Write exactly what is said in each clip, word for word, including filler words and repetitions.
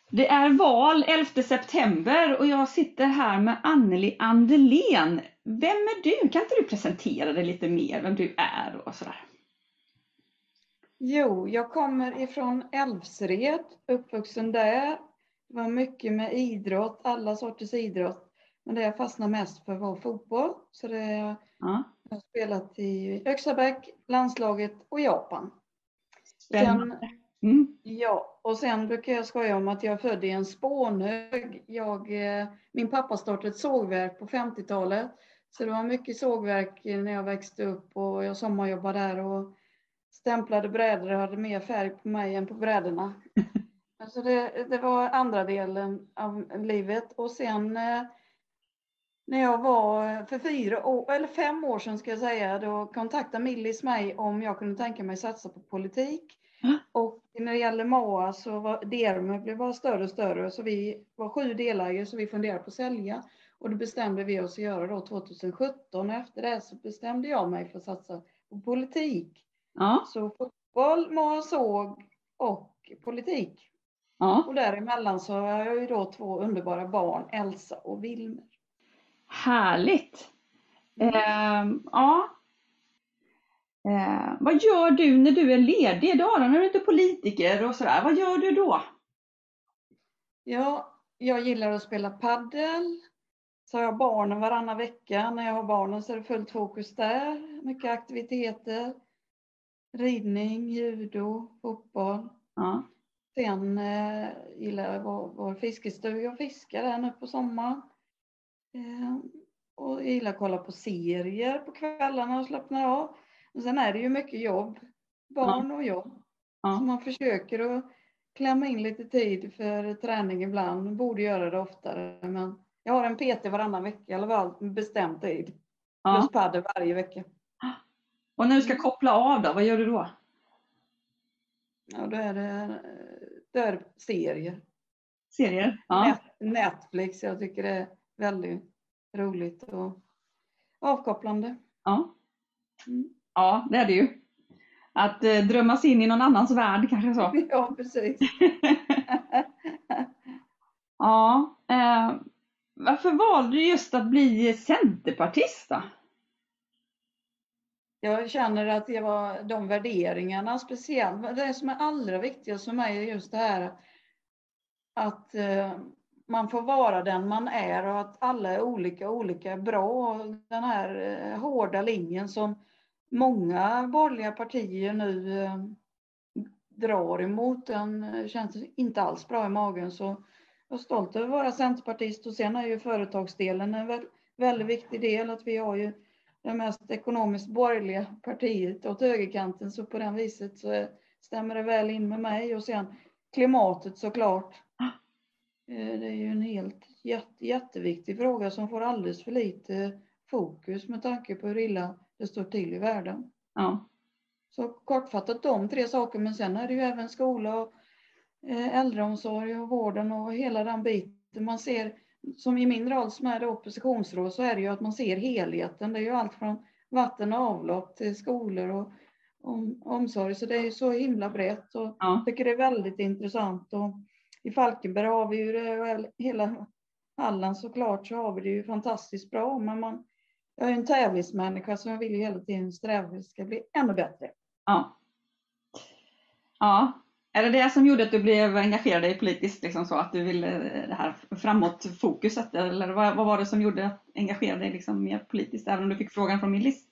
Det är val elfte september och jag sitter här med Anneli Andelén. Vem är du? Kan inte du presentera dig lite mer, vem du är och sådär? Jo, jag kommer ifrån Älvsred, uppvuxen där. Det var mycket med idrott, alla sorters idrott. Men det jag fastnade mest för var fotboll. Så det jag Ja, har spelat i Öxabäck, landslaget och Japan. Sen, spännande. Mm. ja, och sen brukar jag skoja om att jag är född i en spånhög. Jag, eh, min pappa startade ett sågverk på femtiotalet. Så det var mycket sågverk när jag växte upp och jag sommarjobbade där och stämplade brädor och hade mer färg på mig än på brädorna. Alltså det, det var andra delen av livet. Och sen eh, när jag var för fyra år, eller fem år sedan ska jag säga, då kontaktade Millis mig om jag kunde tänka mig satsa på politik. Och när det gäller M A A så var det blev bara större och större. Så vi var sju delägare så vi funderade på att sälja. Och då bestämde vi oss att göra då tjugohundrasjutton. Och efter det så bestämde jag mig för att satsa på politik. Ja, Så fotboll, M A A, såg och politik. ja. Och däremellan så har jag ju då två underbara barn, Elsa och Wilmer. Härligt. Mm. Ehm, ja. Ehm, vad gör du när du är ledig då? När du inte är politiker och sådär. Vad gör du då? Ja, jag gillar att spela paddel. Så har jag barnen varannan vecka. När jag har barnen så är det fullt fokus där. Mycket aktiviteter. Ridning, judo, fotboll. Ja, Sen eh, gillar jag vår, vår fiskestuga och fiska där nu på sommaren. Eh, och jag gillar att kolla på serier på kvällarna och slappna av. Och sen är det ju mycket jobb. ja, Barn och jobb. Så ja. man försöker att klämma in lite tid för träning ibland. Man borde göra det oftare. Men jag har en P T varannan vecka. Eller vad bestämt tid. Ja. Plus paddel varje vecka. Och när du ska Mm. koppla av då, vad gör du då? Ja, då är det, då är det serier. Serier? Ja. Net, Netflix. Jag tycker det är väldigt roligt och avkopplande. Ja. Mm. Ja, det är det ju. Att eh, drömma sig in i någon annans värld kanske så. Ja, precis. Ja. Eh, varför valde du just att bli centerpartist då? Jag känner att det var de värderingarna speciellt. Det som är allra viktigast för mig är just det här att eh, man får vara den man är och att alla är olika, olika är bra. Och den här eh, hårda linjen som många borgerliga partier nu eh, drar emot, den eh, känns inte alls bra i magen. Så jag är stolt över att vara centerpartist och sen är ju företagsdelen en väldigt, väldigt viktig del. Att vi har ju det mest ekonomiskt borgerliga partiet åt högerkanten, så på den viset så stämmer det väl in med mig. Och sen klimatet såklart. Det är ju en helt jätte, jätteviktig fråga som får alldeles för lite fokus med tanke på hur illa det står till i världen. Ja. Så kortfattat de tre saker, men sen är det ju även skola och äldreomsorg och vården och hela den biten. Man ser, som i min roll som är oppositionsråd, så är det ju att man ser helheten. Det är ju allt från vatten och avlopp till skolor och om, omsorg. Så det är ju så himla brett och Ja. jag tycker det är väldigt intressant. Och i Falkenberg har vi ju det, hela Halland såklart, så har vi det ju fantastiskt bra. Men man, jag är en tävlingsmänniska så jag vill ju hela tiden sträva att det ska bli ännu bättre. Ja. Ja. Är det det som gjorde att du blev engagerad i politiskt, liksom så att du ville det här framåtfokuset, eller vad, vad var det som gjorde att engagera dig liksom mer politiskt, även om du fick frågan från Millis?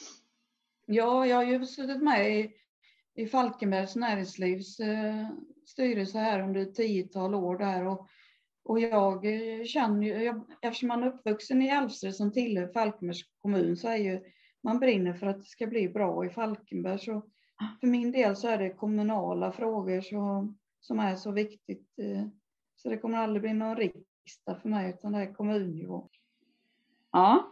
Ja, jag har ju suttit med i, i Falkenbergs näringslivs eh, styrelse här under ett tiotal år där och, och jag eh, känner ju, jag, eftersom man är uppvuxen i Älvsred som tillhör Falkenbergs kommun, så är ju man brinner för att det ska bli bra i Falkenberg. Så för min del så är det kommunala frågor så, som är så viktigt. Eh, så det kommer aldrig bli någon riksdag för mig, utan det är kommunnivå. Ja.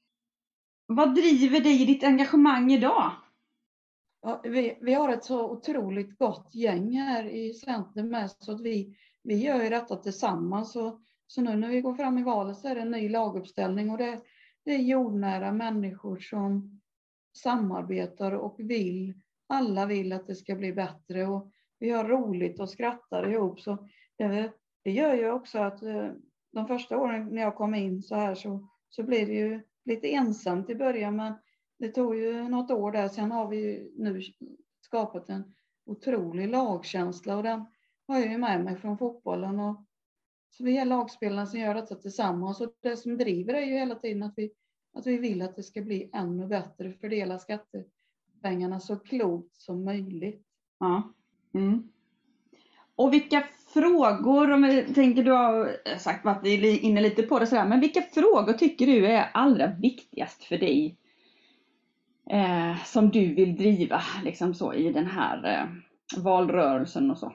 Vad driver dig i ditt engagemang idag? Ja, vi, vi har ett så otroligt gott gäng här i Centern med, så att vi, vi gör ju detta tillsammans. Så, så nu när vi går fram i valet så är det en ny laguppställning och det, det är jordnära människor som samarbetar och vill, alla vill att det ska bli bättre och vi har roligt och skrattar ihop. Så det, det gör ju också att de första åren när jag kom in så här så, så blev det ju lite ensamt i början, men det tog ju något år där. Sen har vi ju nu skapat en otrolig lagkänsla och den har jag ju med mig från fotbollen. Och så vi är lagspelarna som gör detta tillsammans, och det som driver är ju hela tiden att vi, att vi vill att det ska bli ännu bättre, fördela skattepengarna så klokt som möjligt. Ja. Mm. Och vilka frågor, om jag tänker, du har sagt att vi är inne lite på det sådär, men vilka frågor tycker du är allra viktigast för dig eh, som du vill driva liksom så i den här eh, valrörelsen och så?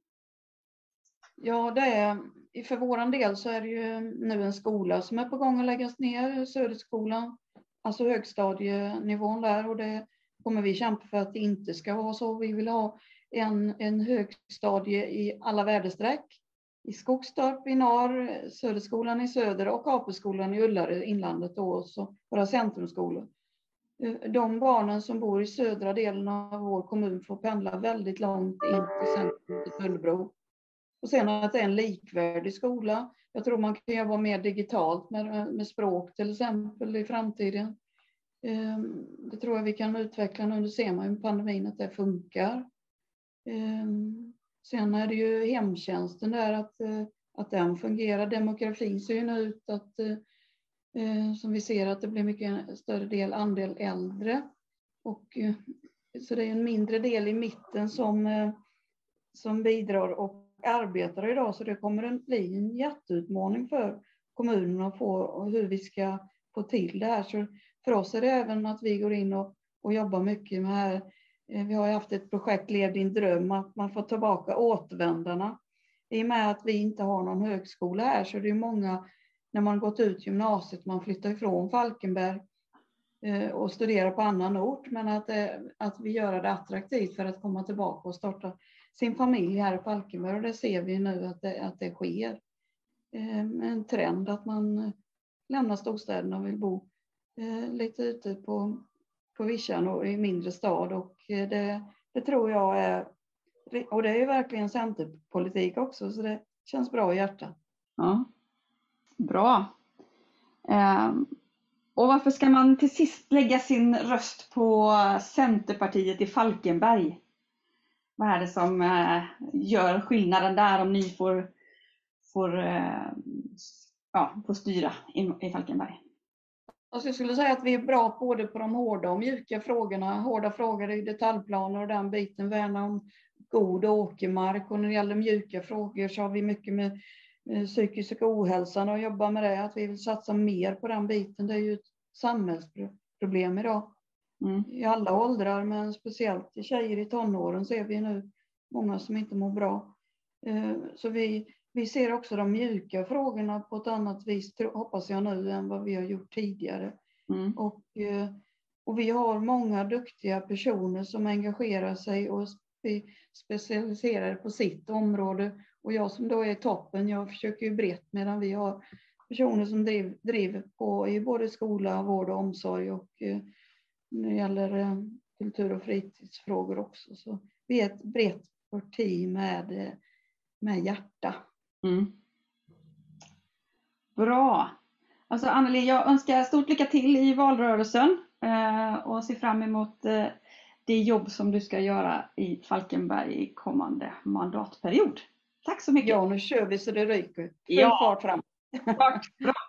Ja, det är, för våran del så är det ju nu en skola som är på gång att läggas ner, Söderskolan, alltså högstadienivån där, och det kommer vi kämpa för att det inte ska vara så. Vi vill ha en, en högstadie i alla väderstreck, i Skogstorp i norr, Söderskolan i söder och Apelskolan i Ullared, inlandet då, och så våra centrumskolor. De barnen som bor i södra delen av vår kommun får pendla väldigt långt in till centrum, till Tullbro. Och sen att det är en likvärdig skola. Jag tror man kan jobba mer digitalt med, med språk till exempel i framtiden. Det tror jag vi kan utveckla nu. Nu ser man ju med pandemin att det funkar. Sen är det ju hemtjänsten där, att, att den fungerar. Demografin ser ju nu ut att, som vi ser, att det blir mycket större del andel äldre. Och, så det är en mindre del i mitten som, som bidrar och arbetar idag, så det kommer att bli en jätteutmaning för kommunerna att få hur vi ska få till det här. Så för oss är det även att vi går in och, och jobbar mycket med här. Vi har ju haft ett projekt Lev din dröm, att man får tillbaka återvändarna. I och med att vi inte har någon högskola här, så det är många, när man gått ut gymnasiet, man flyttar ifrån Falkenberg och studerar på annan ort, men att, att vi gör det attraktivt för att komma tillbaka och starta sin familj här i Falkenberg, och det ser vi nu att det, att det sker. En trend att man lämnar storstäderna och vill bo lite ute på, på vischan och i mindre stad, och det, det tror jag är, och det är ju verkligen centerpolitik också, så det känns bra i hjärtat. Ja, bra. Um... Och varför ska man till sist lägga sin röst på Centerpartiet i Falkenberg? Vad är det som eh, gör skillnaden där om ni får, får, eh, ja, får styra i, i Falkenberg? Alltså jag skulle säga att vi är bra både på de hårda och mjuka frågorna. Hårda frågor i detaljplaner och den biten, värna om god åkermark. Och när det gäller mjuka frågor så har vi mycket med psykisk ohälsan och jobba med det, att vi vill satsa mer på den biten. Det är ju ett samhällsproblem idag. Mm. I alla åldrar, men speciellt i tjejer i tonåren ser vi nu många som inte mår bra. Så vi, vi ser också de mjuka frågorna på ett annat vis, hoppas jag nu, än vad vi har gjort tidigare. Mm. Och, och vi har många duktiga personer som engagerar sig och specialiserar på sitt område. Och jag som då är toppen, jag försöker ju brett, medan vi har personer som driv, driver på i både skola, vård och omsorg, och eh, när det gäller eh, kultur- och fritidsfrågor också. Så vi är ett brett parti med, med hjärta. Mm. Bra. Alltså Anneli, jag önskar stort lycka till i valrörelsen eh, och ser fram emot eh, det jobb som du ska göra i Falkenberg i kommande mandatperiod. Tack så mycket. Ja, nu kör vi så det ryker. Full ja. fart fram. Bra.